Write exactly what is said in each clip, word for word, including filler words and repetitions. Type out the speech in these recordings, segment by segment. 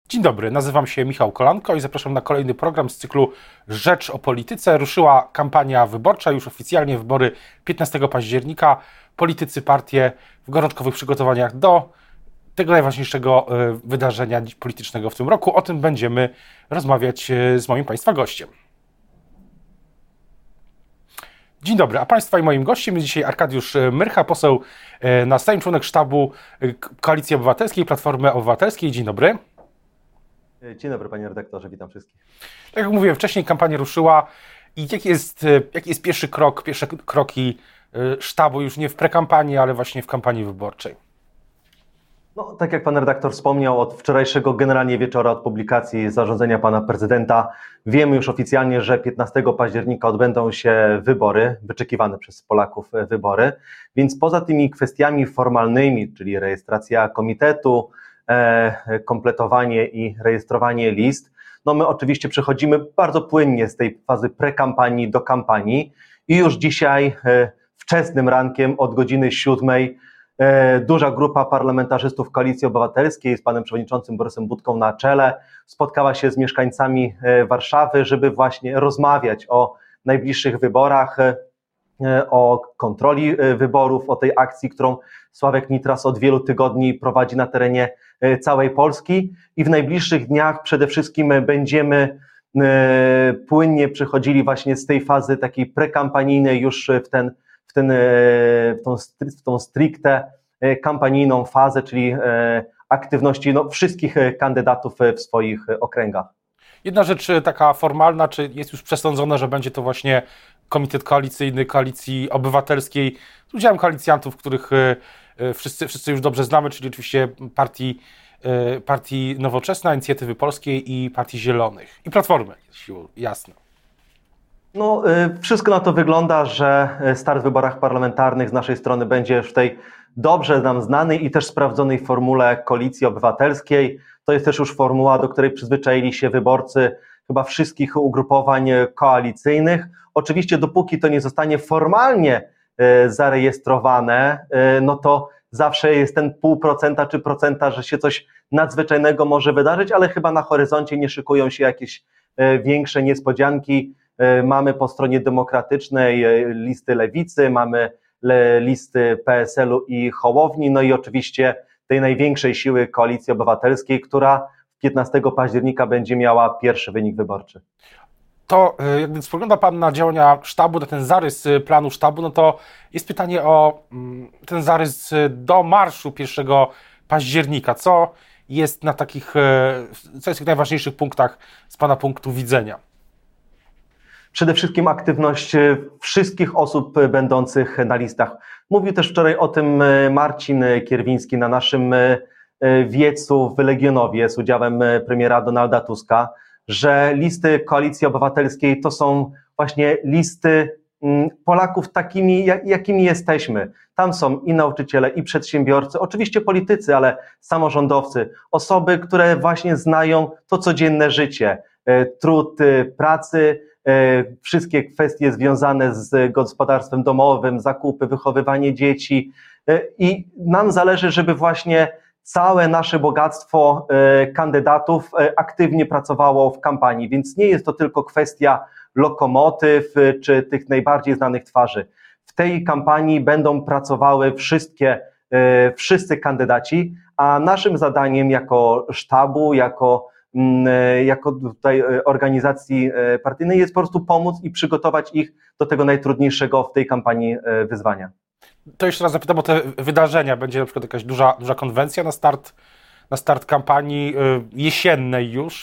Dzień dobry, nazywam się Michał Kolanko i zapraszam na kolejny program z cyklu Rzecz o Polityce. Ruszyła kampania wyborcza, już oficjalnie wybory piętnastego października. Politycy, partie w gorączkowych przygotowaniach do tego najważniejszego wydarzenia politycznego w tym roku. O tym będziemy rozmawiać z moim Państwa gościem. Dzień dobry, a Państwa i moim gościem jest dzisiaj Arkadiusz Myrcha, poseł na Sejm, członek sztabu Koalicji Obywatelskiej, Platformy Obywatelskiej. Dzień dobry. Dzień dobry, panie redaktorze, witam wszystkich. Tak jak mówiłem wcześniej, kampania ruszyła i jaki jest, jaki jest pierwszy krok, pierwsze kroki sztabu już nie w prekampanii, ale właśnie w kampanii wyborczej? No, tak jak pan redaktor wspomniał, od wczorajszego generalnie wieczora, od publikacji zarządzenia pana prezydenta, wiemy już oficjalnie, że piętnastego października odbędą się wybory, wyczekiwane przez Polaków wybory, więc poza tymi kwestiami formalnymi, czyli rejestracja komitetu, kompletowanie i rejestrowanie list, no my oczywiście przechodzimy bardzo płynnie z tej fazy prekampanii do kampanii i już dzisiaj wczesnym rankiem od godziny siódmej duża grupa parlamentarzystów Koalicji Obywatelskiej z panem przewodniczącym Borysem Budką na czele spotkała się z mieszkańcami Warszawy, żeby właśnie rozmawiać o najbliższych wyborach, o kontroli wyborów, o tej akcji, którą Sławek Nitras od wielu tygodni prowadzi na terenie całej Polski i w najbliższych dniach przede wszystkim będziemy płynnie przechodzili właśnie z tej fazy takiej prekampanijnej już w, ten, w, ten, w, tą, w tą stricte kampanijną fazę, czyli aktywności no, wszystkich kandydatów w swoich okręgach. Jedna rzecz taka formalna, czy jest już przesądzone, że będzie to właśnie Komitet Koalicyjny Koalicji Obywatelskiej z udziałem koalicjantów, których wszyscy, wszyscy już dobrze znamy, czyli oczywiście partii, partii Nowoczesna, Inicjatywy Polskiej i Partii Zielonych i Platformy, jasne. No, wszystko na to wygląda, że start w wyborach parlamentarnych z naszej strony będzie już w tej dobrze nam znanej i też sprawdzonej formule Koalicji Obywatelskiej. To jest też już formuła, do której przyzwyczaili się wyborcy chyba wszystkich ugrupowań koalicyjnych. Oczywiście dopóki to nie zostanie formalnie zarejestrowane, no to zawsze jest ten pół procenta czy procenta, że się coś nadzwyczajnego może wydarzyć, ale chyba na horyzoncie nie szykują się jakieś większe niespodzianki. Mamy po stronie demokratycznej listy Lewicy, mamy listy P S L u i Hołowni, no i oczywiście tej największej siły Koalicji Obywatelskiej, która piętnastego października będzie miała pierwszy wynik wyborczy. To jakby spogląda Pan na działania sztabu, na ten zarys planu sztabu, no to jest pytanie o ten zarys do marszu pierwszego października. Co jest na takich, co jest w tych najważniejszych punktach z Pana punktu widzenia? Przede wszystkim aktywność wszystkich osób będących na listach. Mówił też wczoraj o tym Marcin Kierwiński na naszym wiecu w Legionowie z udziałem premiera Donalda Tuska, że listy Koalicji Obywatelskiej to są właśnie listy Polaków takimi, jakimi jesteśmy. Tam są i nauczyciele, i przedsiębiorcy, oczywiście politycy, ale samorządowcy, osoby, które właśnie znają to codzienne życie, trud pracy, wszystkie kwestie związane z gospodarstwem domowym, zakupy, wychowywanie dzieci i nam zależy, żeby właśnie całe nasze bogactwo kandydatów aktywnie pracowało w kampanii, więc nie jest to tylko kwestia lokomotyw czy tych najbardziej znanych twarzy. W tej kampanii będą pracowały wszystkie, wszyscy kandydaci, a naszym zadaniem jako sztabu, jako, jako tutaj organizacji partyjnej jest po prostu pomóc i przygotować ich do tego najtrudniejszego w tej kampanii wyzwania. To jeszcze raz zapytam o te wydarzenia. Będzie na przykład jakaś duża, duża konwencja na start, na start kampanii jesiennej już?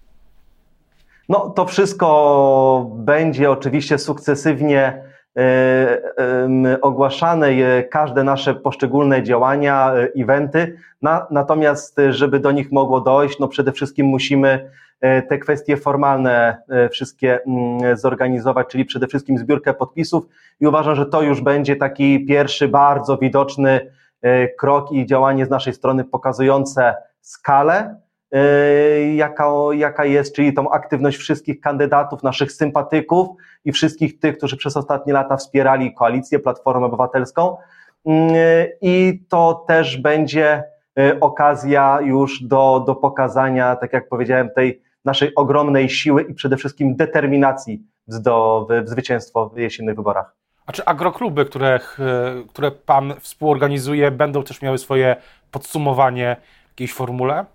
No to wszystko będzie oczywiście sukcesywnie y, y, ogłaszane, y, każde nasze poszczególne działania, y, eventy, na, natomiast żeby do nich mogło dojść, no przede wszystkim musimy y, te kwestie formalne y, wszystkie y, zorganizować, czyli przede wszystkim zbiórkę podpisów i uważam, że to już będzie taki pierwszy bardzo widoczny y, krok i działanie z naszej strony pokazujące skalę, Jaka, jaka jest, czyli tą aktywność wszystkich kandydatów, naszych sympatyków i wszystkich tych, którzy przez ostatnie lata wspierali koalicję, Platformę Obywatelską. I to też będzie okazja już do, do pokazania, tak jak powiedziałem, tej naszej ogromnej siły i przede wszystkim determinacji do, w, w zwycięstwo w jesiennych wyborach. A czy agrokluby, które, które pan współorganizuje, będą też miały swoje podsumowanie w jakiejś formule?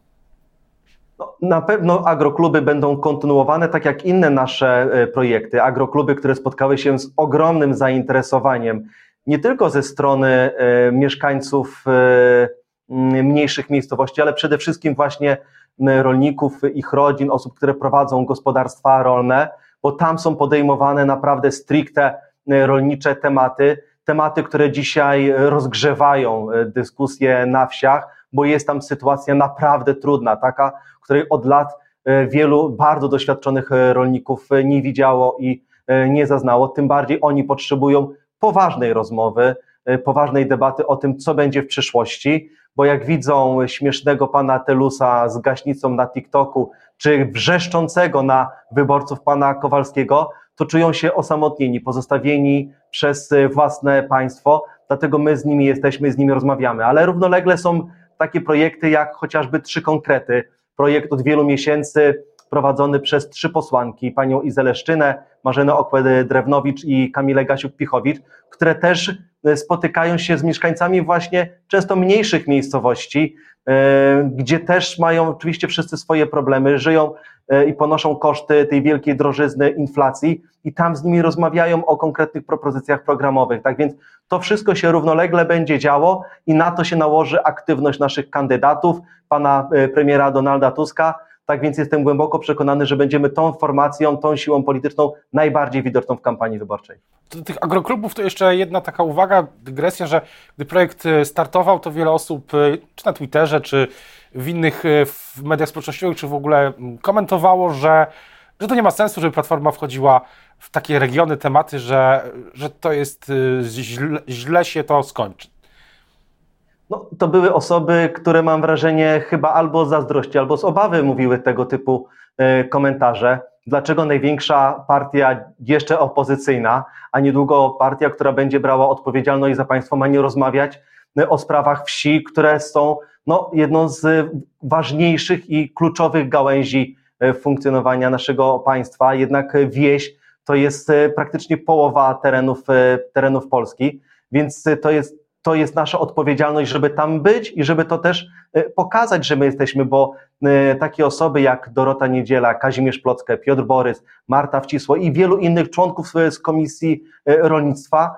No, na pewno agrokluby będą kontynuowane, tak jak inne nasze projekty. Agrokluby, które spotkały się z ogromnym zainteresowaniem, nie tylko ze strony e, mieszkańców e, mniejszych miejscowości, ale przede wszystkim właśnie rolników, ich rodzin, osób, które prowadzą gospodarstwa rolne, bo tam są podejmowane naprawdę stricte rolnicze tematy, tematy, które dzisiaj rozgrzewają dyskusje na wsiach, bo jest tam sytuacja naprawdę trudna, taka, której od lat wielu bardzo doświadczonych rolników nie widziało i nie zaznało. Tym bardziej oni potrzebują poważnej rozmowy, poważnej debaty o tym, co będzie w przyszłości, bo jak widzą śmiesznego pana Telusa z gaśnicą na TikToku, czy wrzeszczącego na wyborców pana Kowalskiego, to czują się osamotnieni, pozostawieni przez własne państwo, dlatego my z nimi jesteśmy, z nimi rozmawiamy, ale równolegle są takie projekty jak chociażby Trzy Konkrety, projekt od wielu miesięcy prowadzony przez trzy posłanki, panią Izę Leszczynę, Marzenę Okład-Drewnowicz i Kamilę Gasiuk-Pichowicz, które też spotykają się z mieszkańcami właśnie często mniejszych miejscowości, gdzie też mają oczywiście wszyscy swoje problemy, żyją i ponoszą koszty tej wielkiej drożyzny, inflacji i tam z nimi rozmawiają o konkretnych propozycjach programowych. Tak więc to wszystko się równolegle będzie działo i na to się nałoży aktywność naszych kandydatów, pana premiera Donalda Tuska. Tak więc jestem głęboko przekonany, że będziemy tą formacją, tą siłą polityczną najbardziej widoczną w kampanii wyborczej. Do tych agroklubów to jeszcze jedna taka uwaga, dygresja, że gdy projekt startował, to wiele osób, czy na Twitterze, czy w innych w mediach społecznościowych, czy w ogóle komentowało, że, że to nie ma sensu, żeby Platforma wchodziła w takie regiony, tematy, że, że to jest źle, źle się to skończy. No, to były osoby, które mam wrażenie chyba albo z zazdrości, albo z obawy mówiły tego typu y, komentarze. Dlaczego największa partia, jeszcze opozycyjna, a niedługo partia, która będzie brała odpowiedzialność za państwo, ma nie rozmawiać y, o sprawach wsi, które są no, jedną z ważniejszych i kluczowych gałęzi y, funkcjonowania naszego państwa. Jednak wieś to jest y, praktycznie połowa terenów, y, terenów Polski, więc y, to jest To jest nasza odpowiedzialność, żeby tam być i żeby to też pokazać, że my jesteśmy, bo takie osoby jak Dorota Niedziela, Kazimierz Plocke, Piotr Borys, Marta Wcisło i wielu innych członków z Komisji Rolnictwa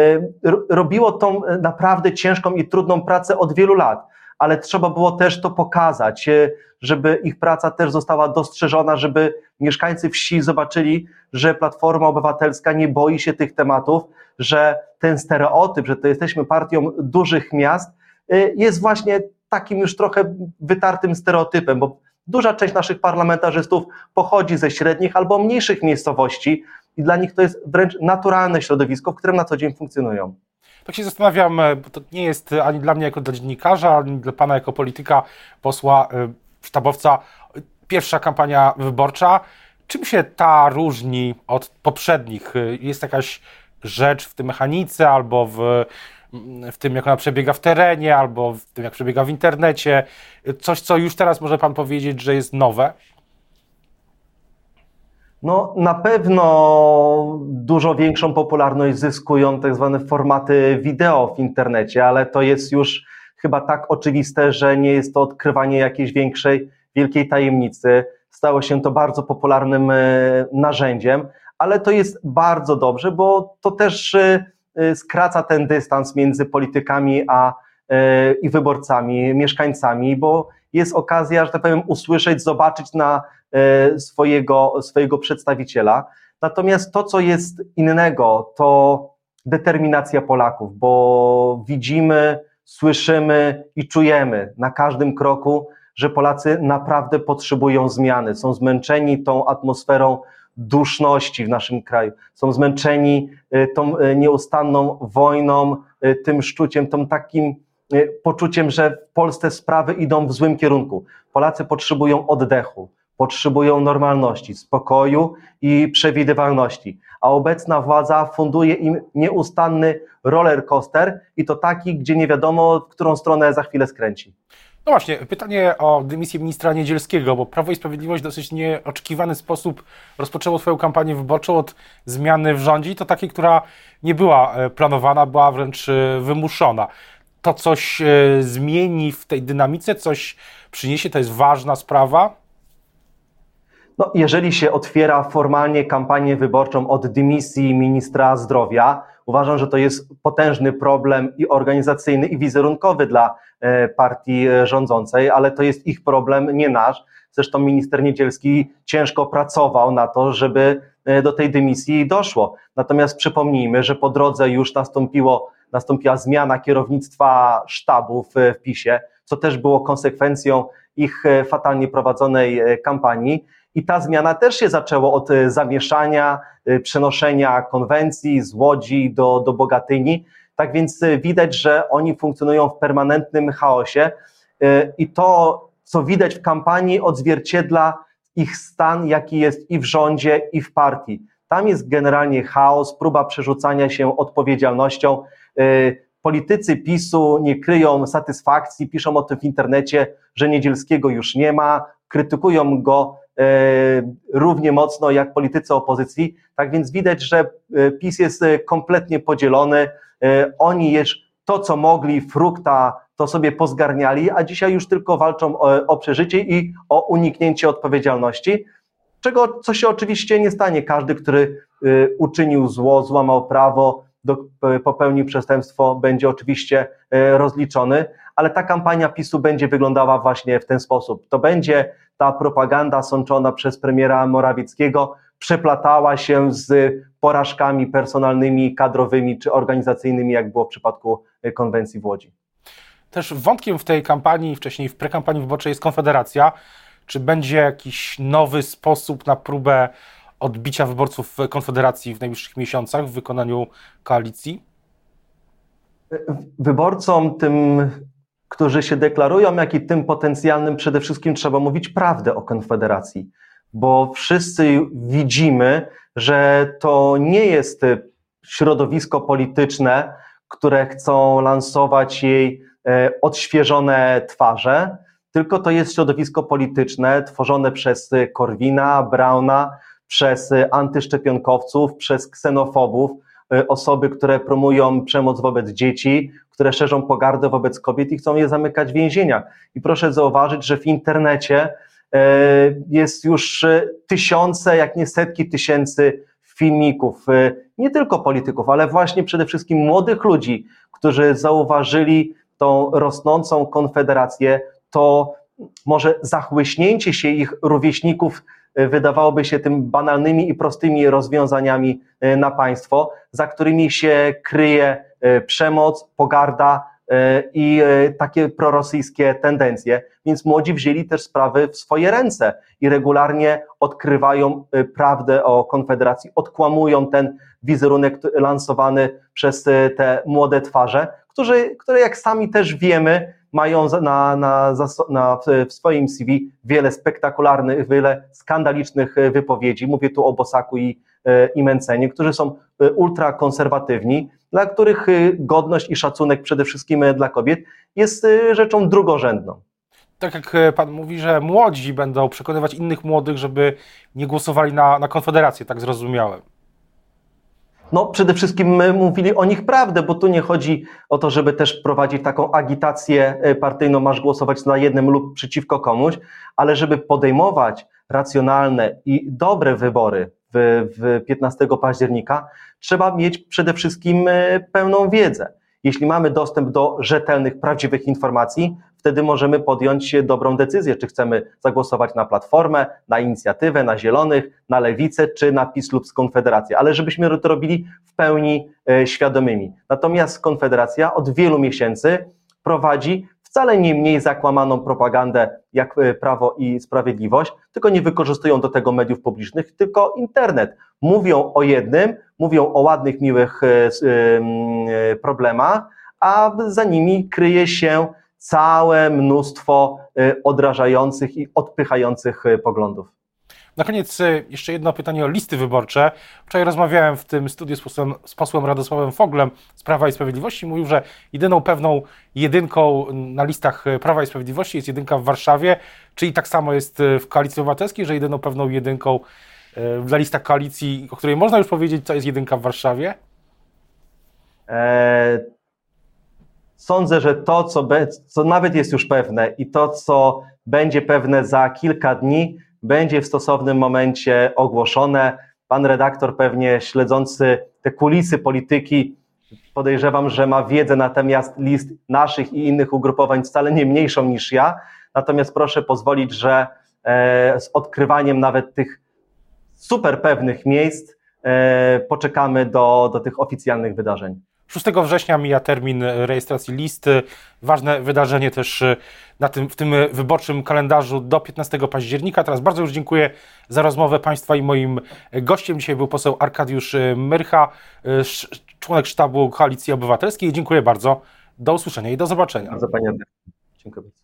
robiło tą naprawdę ciężką i trudną pracę od wielu lat, ale trzeba było też to pokazać, żeby ich praca też została dostrzeżona, żeby mieszkańcy wsi zobaczyli, że Platforma Obywatelska nie boi się tych tematów, że ten stereotyp, że to jesteśmy partią dużych miast, jest właśnie takim już trochę wytartym stereotypem, bo duża część naszych parlamentarzystów pochodzi ze średnich albo mniejszych miejscowości i dla nich to jest wręcz naturalne środowisko, w którym na co dzień funkcjonują. Tak się zastanawiam, bo to nie jest ani dla mnie jako dla dziennikarza, ani dla pana jako polityka, posła, sztabowca, pierwsza kampania wyborcza. Czym się ta różni od poprzednich? Jest jakaś rzecz w tej mechanice, albo w, w tym, jak ona przebiega w terenie, albo w tym, jak przebiega w internecie? Coś, co już teraz może pan powiedzieć, że jest nowe? No, na pewno dużo większą popularność zyskują tak zwane formaty wideo w internecie, ale to jest już chyba tak oczywiste, że nie jest to odkrywanie jakiejś większej, wielkiej tajemnicy. Stało się to bardzo popularnym narzędziem, ale to jest bardzo dobrze, bo to też skraca ten dystans między politykami a i wyborcami, mieszkańcami, bo jest okazja, że tak powiem, usłyszeć, zobaczyć na swojego, swojego przedstawiciela. Natomiast to, co jest innego, to determinacja Polaków, bo widzimy, słyszymy i czujemy na każdym kroku, że Polacy naprawdę potrzebują zmiany, są zmęczeni tą atmosferą duszności w naszym kraju, są zmęczeni tą nieustanną wojną, tym szczuciem, tą takim poczuciem, że w Polsce sprawy idą w złym kierunku. Polacy potrzebują oddechu, potrzebują normalności, spokoju i przewidywalności, a obecna władza funduje im nieustanny roller coaster i to taki, gdzie nie wiadomo, w którą stronę za chwilę skręci. No właśnie, pytanie o dymisję ministra Niedzielskiego, bo Prawo i Sprawiedliwość w dosyć nieoczekiwany sposób rozpoczęło swoją kampanię wyborczą od zmiany w rządzie i to takiej, która nie była planowana, była wręcz wymuszona. To coś zmieni w tej dynamice, coś przyniesie, to jest ważna sprawa? No, jeżeli się otwiera formalnie kampanię wyborczą od dymisji ministra zdrowia, uważam, że to jest potężny problem i organizacyjny, i wizerunkowy dla partii rządzącej, ale to jest ich problem, nie nasz. Zresztą minister Niedzielski ciężko pracował na to, żeby do tej dymisji doszło. Natomiast przypomnijmy, że po drodze już nastąpiło, nastąpiła zmiana kierownictwa sztabu w PiSie, co też było konsekwencją ich fatalnie prowadzonej kampanii. I ta zmiana też się zaczęła od zamieszania, przenoszenia konwencji z Łodzi do, do Bogatyni. Tak więc widać, że oni funkcjonują w permanentnym chaosie i to, co widać w kampanii, odzwierciedla ich stan, jaki jest i w rządzie, i w partii. Tam jest generalnie chaos, próba przerzucania się odpowiedzialnością. Politycy PiSu nie kryją satysfakcji, piszą o tym w internecie, że Niedzielskiego już nie ma, krytykują go równie mocno jak politycy opozycji. Tak więc widać, że PiS jest kompletnie podzielony. Oni jeszcze to, co mogli, frukta, to sobie pozgarniali, a dzisiaj już tylko walczą o, o przeżycie i o uniknięcie odpowiedzialności, czego, co się oczywiście nie stanie. Każdy, który uczynił zło, złamał prawo, do, popełnił przestępstwo, będzie oczywiście rozliczony, ale ta kampania PiSu będzie wyglądała właśnie w ten sposób. To będzie ta propaganda sączona przez premiera Morawieckiego, przeplatała się z porażkami personalnymi, kadrowymi czy organizacyjnymi, jak było w przypadku konwencji w Łodzi. Też wątkiem w tej kampanii, wcześniej w prekampanii wyborczej jest Konfederacja. Czy będzie jakiś nowy sposób na próbę odbicia wyborców Konfederacji w najbliższych miesiącach w wykonaniu koalicji? Wyborcom, tym, którzy się deklarują, jak i tym potencjalnym, przede wszystkim trzeba mówić prawdę o Konfederacji, bo wszyscy widzimy, że to nie jest środowisko polityczne, które chcą lansować jej odświeżone twarze, tylko to jest środowisko polityczne tworzone przez Korwina, Brauna, przez antyszczepionkowców, przez ksenofobów, osoby, które promują przemoc wobec dzieci, które szerzą pogardę wobec kobiet i chcą je zamykać w więzieniach. I proszę zauważyć, że w internecie jest już tysiące, jak nie setki tysięcy filmików, nie tylko polityków, ale właśnie przede wszystkim młodych ludzi, którzy zauważyli tą rosnącą Konfederację, to może zachłyśnięcie się ich rówieśników wydawałoby się tym banalnymi i prostymi rozwiązaniami na państwo, za którymi się kryje przemoc, pogarda i takie prorosyjskie tendencje. Więc młodzi wzięli też sprawy w swoje ręce i regularnie odkrywają prawdę o Konfederacji, odkłamują ten wizerunek lansowany przez te młode twarze, którzy, które jak sami też wiemy, mają na, na, na, w swoim C V wiele spektakularnych, wiele skandalicznych wypowiedzi. Mówię tu o Bosaku i, i Mencenie, którzy są ultrakonserwatywni, dla których godność i szacunek przede wszystkim dla kobiet jest rzeczą drugorzędną. Tak jak pan mówi, że młodzi będą przekonywać innych młodych, żeby nie głosowali na, na Konfederację, tak zrozumiałem. No przede wszystkim mówili o nich prawdę, bo tu nie chodzi o to, żeby też prowadzić taką agitację partyjną, masz głosować na jednym lub przeciwko komuś, ale żeby podejmować racjonalne i dobre wybory w, w piętnastego października, trzeba mieć przede wszystkim pełną wiedzę. Jeśli mamy dostęp do rzetelnych, prawdziwych informacji, wtedy możemy podjąć dobrą decyzję, czy chcemy zagłosować na Platformę, na Inicjatywę, na Zielonych, na Lewicę, czy na PiS lub Konfederację, ale żebyśmy to robili w pełni e, świadomymi. Natomiast Konfederacja od wielu miesięcy prowadzi wcale nie mniej zakłamaną propagandę jak Prawo i Sprawiedliwość, tylko nie wykorzystują do tego mediów publicznych, tylko internet. Mówią o jednym, mówią o ładnych, miłych problemach, a za nimi kryje się całe mnóstwo odrażających i odpychających poglądów. Na koniec jeszcze jedno pytanie o listy wyborcze. Wczoraj rozmawiałem w tym studiu z posłem, z posłem Radosławem Foglem z Prawa i Sprawiedliwości. Mówił, że jedyną pewną jedynką na listach Prawa i Sprawiedliwości jest jedynka w Warszawie, czyli tak samo jest w Koalicji Obywatelskiej, że jedyną pewną jedynką na listach koalicji, o której można już powiedzieć, co jest jedynka w Warszawie? Eee, sądzę, że to, co, be, co nawet jest już pewne i to, co będzie pewne za kilka dni, będzie w stosownym momencie ogłoszone. Pan redaktor, pewnie śledzący te kulisy polityki, podejrzewam, że ma wiedzę na temat list naszych i innych ugrupowań wcale nie mniejszą niż ja. Natomiast proszę pozwolić, że e, z odkrywaniem nawet tych super pewnych miejsc e, poczekamy do, do tych oficjalnych wydarzeń. szóstego września mija termin rejestracji list. Ważne wydarzenie też na tym, w tym wyborczym kalendarzu do piętnastego października. Teraz bardzo już dziękuję za rozmowę Państwa i moim gościem. Dzisiaj był poseł Arkadiusz Myrcha, członek sztabu Koalicji Obywatelskiej. Dziękuję bardzo. Do usłyszenia i do zobaczenia. Bardzo, panie Andrzej. Dziękuję bardzo.